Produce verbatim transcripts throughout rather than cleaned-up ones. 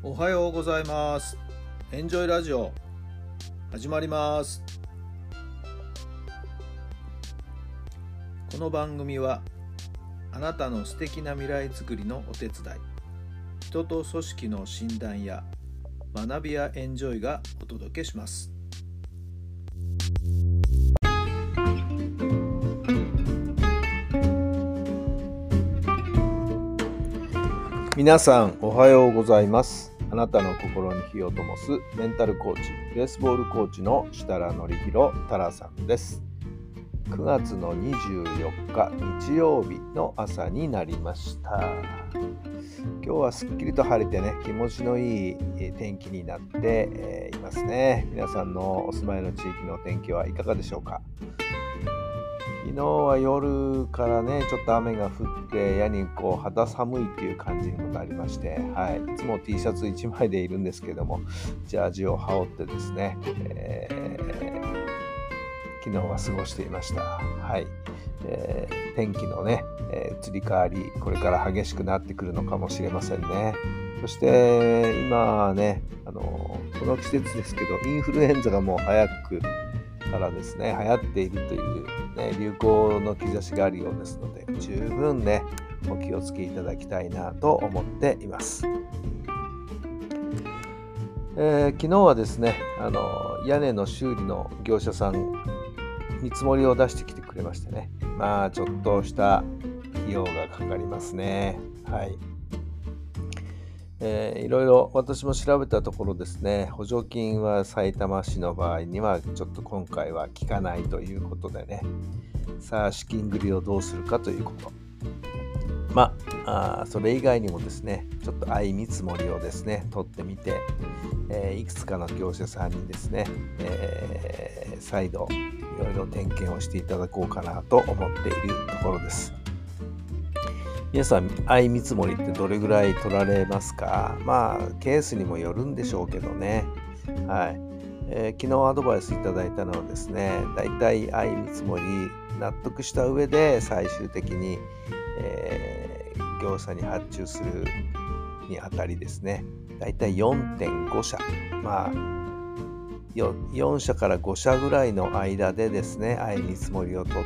おはようございます。エンジョイラジオ始まります。この番組はあなたの素敵な未来づくりのお手伝い、人と組織の診断や学びやエンジョイがお届けします。皆さんおはようございます。あなたの心に火を灯すメンタルコーチ、ベースボールコーチの設楽範弘太良さんです。くがつのにじゅうよっか日曜日の朝になりました。今日はすっきりと晴れてね、気持ちのいい天気になっていますね。皆さんのお住まいの地域の天気はいかがでしょうか。昨日は夜からねちょっと雨が降ってやにこう肌寒いっていう感じにもなりまして、はい、いつも T シャツいちまいでいるんですけども、ジャージを羽織ってですね、えー、昨日は過ごしていました。はい、えー、天気のね、えー、移り変わり、これから激しくなってくるのかもしれませんね。そして今ね、あのこの季節ですけど、インフルエンザがもう早くからですね流行っているという、ね、流行の兆しがあるようですので、十分ねお気をつけいただきたいなと思っています。えー、昨日はですねあの屋根の修理の業者さん見積もりを出してきてくれましてね、まあちょっとした費用がかかりますね。はい。えー、いろいろ私も調べたところですね、補助金はさいたま市の場合にはちょっと今回は効かないということでね、さあ資金繰りをどうするかということ、まあそれ以外にもですね、ちょっと相見積もりをですね取ってみて、えー、いくつかの業者さんにですね、えー、再度いろいろ点検をしていただこうかなと思っているところです。皆さん相見積もりってどれぐらい取られますか？まあケースにもよるんでしょうけどね。はい、えー、昨日アドバイスいただいたのはですね、だいたい相見積もり納得した上で最終的に、えー、業者に発注するにあたりですね、だいたい よんてんご 社、まあ 4, 4社からご社ぐらいの間でですね相見積もりを取って、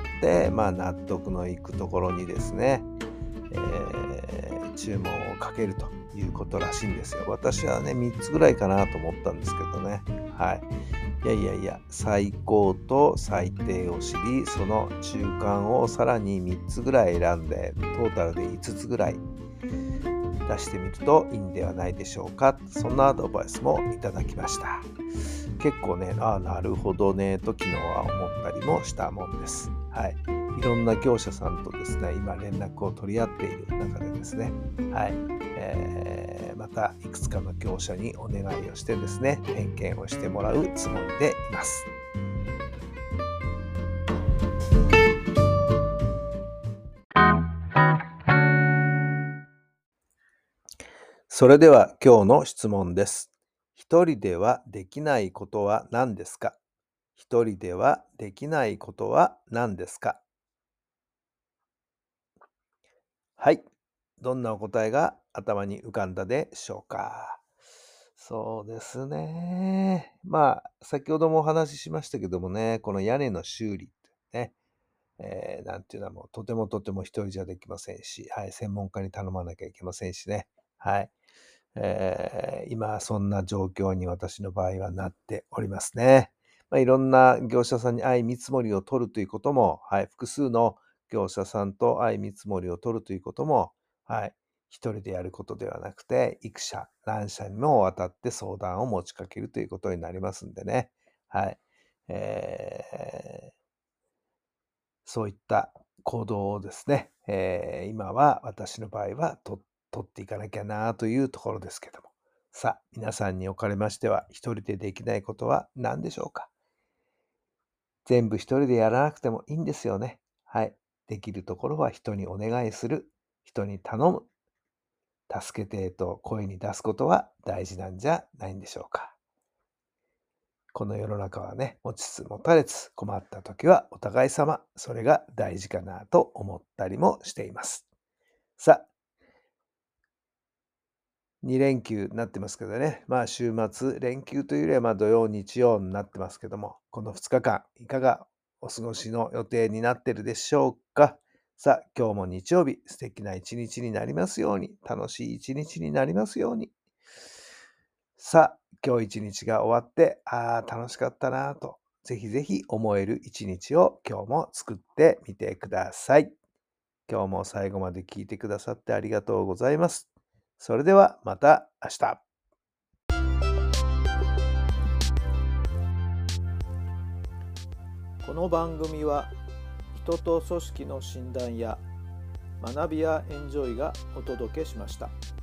まあ、納得のいくところにですねえー、注文をかけるということらしいんですよ。私はねみっつぐらいかなと思ったんですけどね。はい。いやいやいや、最高と最低を知り、その中間をさらにみっつぐらい選んで、トータルでいつつぐらい出してみるといいんではないでしょうか。そんなアドバイスもいただきました。結構ね、ああなるほどねと昨日は思ったりもしたもんです。はい。いろんな業者さんとですね今連絡を取り合っている中でですね、はい、えー、またいくつかの業者にお願いをしてですね点検をしてもらうつもりでいます。それでは今日の質問です。一人ではできないことは何ですか？一人ではできないことは何ですか？はい。どんなお答えが頭に浮かんだでしょうか。そうですね。まあ、先ほどもお話ししましたけどもね、この屋根の修理ってね、えー、なんていうのはもうとてもとても一人じゃできませんし、はい、専門家に頼まなきゃいけませんしね。はい。えー、今、そんな状況に私の場合はなっておりますね。まあ、いろんな業者さんに相見積もりを取るということも、はい、複数の業者さんと相見積もりを取るということも、はい、一人でやることではなくて、幾社、何社にもわたって相談を持ちかけるということになりますんでね。はい。えー、そういった行動をですね、えー、今は私の場合はと取っていかなきゃなというところですけども。さあ、皆さんにおかれましては、一人でできないことは何でしょうか？全部一人でやらなくてもいいんですよね。はい。できるところは人にお願いする。人に頼む。助けてと声に出すことは大事なんじゃないんでしょうか。この世の中はね、持ちつ持たれつ、困った時はお互い様。それが大事かなと思ったりもしています。さあ、 に連休になってますけどね。まあ週末、連休というよりはまあ土曜、日曜になってますけども、このふつかかん、いかがお過ごしの予定になってるでしょうか。さあ、今日も日曜日、素敵な一日になりますように、楽しい一日になりますように。さあ、今日一日が終わって、ああ、楽しかったなぁと、ぜひぜひ思える一日を今日も作ってみてください。今日も最後まで聞いてくださってありがとうございます。それではまた明日。この番組は人と組織の診断や学びやエンジョイがお届けしました。